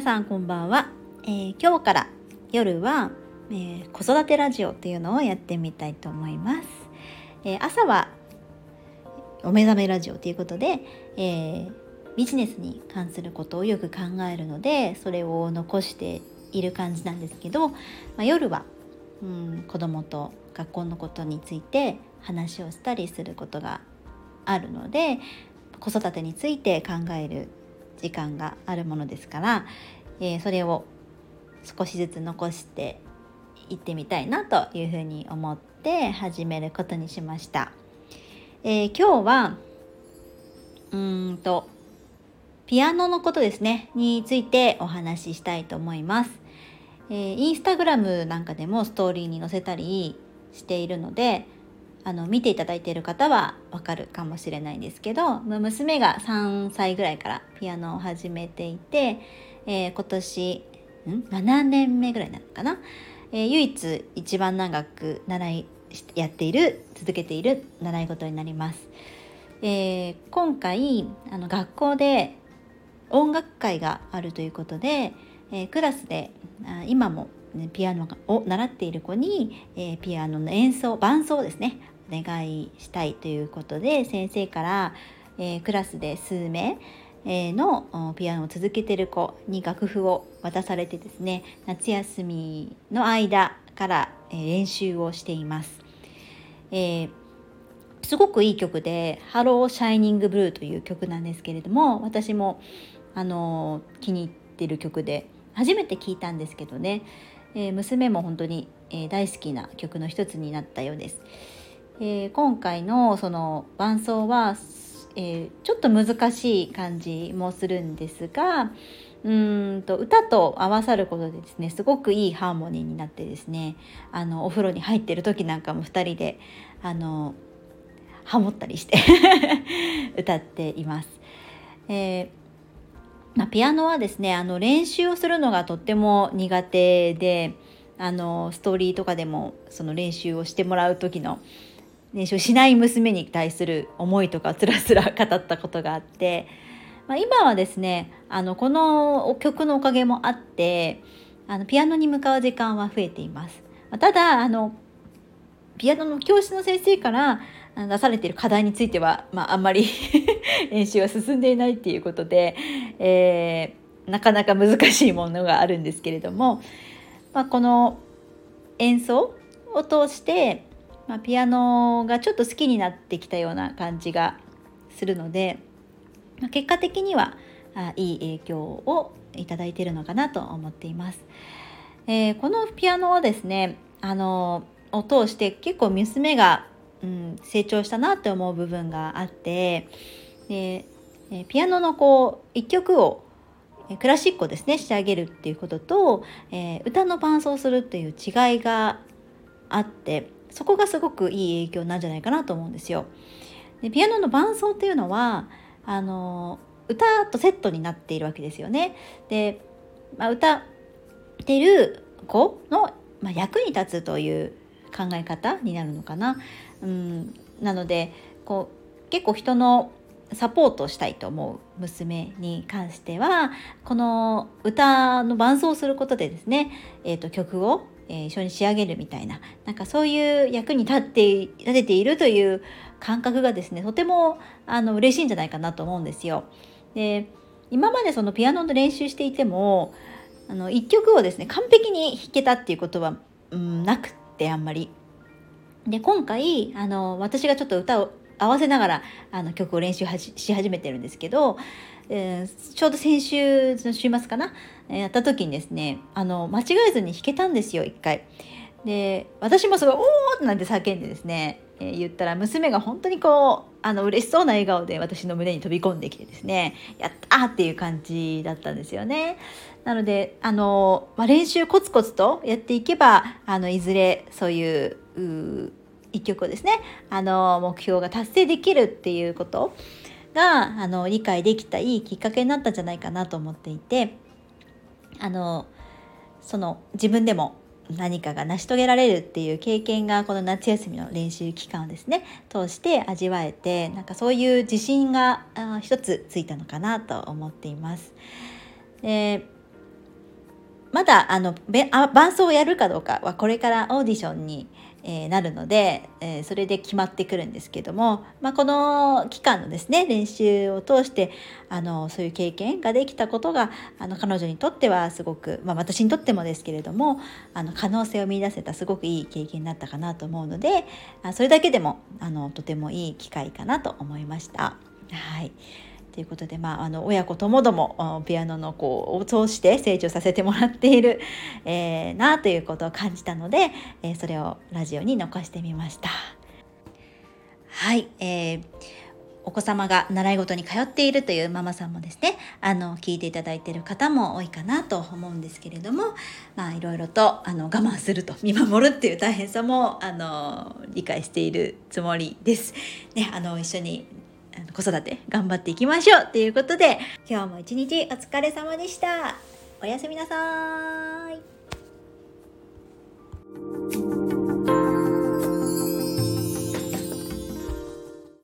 さんこんばんは。今日から夜は、子育てラジオっていうのをやってみたいと思います。朝はお目覚めラジオということで、ビジネスに関することをよく考えるので、それを残している感じなんですけど、夜は子供と学校のことについて話をしたりすることがあるので、子育てについて考える時間があるものですから、それを少しずつ残していってみたいなというふうに思って始めることにしました。今日はピアノのことですねについてお話ししたいと思います。インスタグラムなんかでもストーリーに載せたりしているので、見ていただいている方はわかるかもしれないんですけど、娘が3歳ぐらいからピアノを始めていて、今年7年目ぐらいなのかな、唯一一番長く続けている習い事になります。今回学校で音楽会があるということで、クラスで今もピアノを習っている子に、ピアノの伴奏ですねお願いしたいということで、先生から、クラスで数名のピアノを続けている子に楽譜を渡されてですね、夏休みの間から練習をしています。すごくいい曲でハローシャイニングブルーという曲なんですけれども、私も気に入っている曲で初めて聴いたんですけどね、娘も本当に、大好きな曲の一つになったようです。今回のその伴奏は、ちょっと難しい感じもするんですが、歌と合わさることでですね、すごくいいハーモニーになってですね、お風呂に入ってる時なんかも2人でハモったりして歌っています。ピアノはですね、練習をするのがとっても苦手で、ストーリーとかでもその練習をしてもらう時の練習しない娘に対する思いとかつらつら語ったことがあって、今はですねこの曲のおかげもあってピアノに向かう時間は増えています。ただピアノの教室の先生から出されている課題については、あんまり練習が進んでいないっていうことで、なかなか難しいものがあるんですけれども、この演奏を通して、ピアノがちょっと好きになってきたような感じがするので、結果的にはいい影響をいただいているのかなと思っています。このピアノはですねを通して結構娘が、成長したなって思う部分があって、でピアノの一曲をクラシックをですね仕上げるっていうことと、歌の伴奏するっていう違いがあって、そこがすごくいい影響なんじゃないかなと思うんですよ。でピアノの伴奏っていうのは歌とセットになっているわけですよね。で、歌ってる子の、役に立つという考え方になるのかな。なので結構人のサポートをしたいと思う娘に関しては、この歌の伴奏をすることでですね、曲を一緒に仕上げるみたいな、そういう役に立てているという感覚がですね、とても嬉しいんじゃないかなと思うんですよ。で、今までそのピアノの練習していても一曲をですね完璧に弾けたっていうことは、なくってあんまり。で今回私がちょっと歌を合わせながら曲を練習し始めてるんですけど、ちょうど先週の週末かな、やった時にですね間違えずに弾けたんですよ1回。で私もすごいおーなんて叫んでですね、言ったら娘が本当に嬉しそうな笑顔で私の胸に飛び込んできてですね、やったーっていう感じだったんですよね。なので練習コツコツとやっていけばいずれそういう一曲をですね目標が達成できるっていうことが理解できたいいきっかけになったんじゃないかなと思っていて、その自分でも何かが成し遂げられるっていう経験がこの夏休みの練習期間をですね通して味わえて、そういう自信が一つついたのかなと思っています。でまだ伴奏をやるかどうかはこれからオーディションに、なるので、それで決まってくるんですけども、この期間のですね練習を通してそういう経験ができたことが彼女にとってはすごく、私にとってもですけれども可能性を見出せたすごくいい経験になったかなと思うので、それだけでもとてもいい機会かなと思いました。はい。ということで、親子ともどもピアノのを通して成長させてもらっている、なということを感じたので、それをラジオに残してみました。はい、お子様が習い事に通っているというママさんもですね、聞いていただいている方も多いかなと思うんですけれども、いろいろと我慢すると、見守るっていう大変さも理解しているつもりです。ね、一緒に子育て頑張っていきましょうということで、今日も一日お疲れ様でした。おやすみなさい。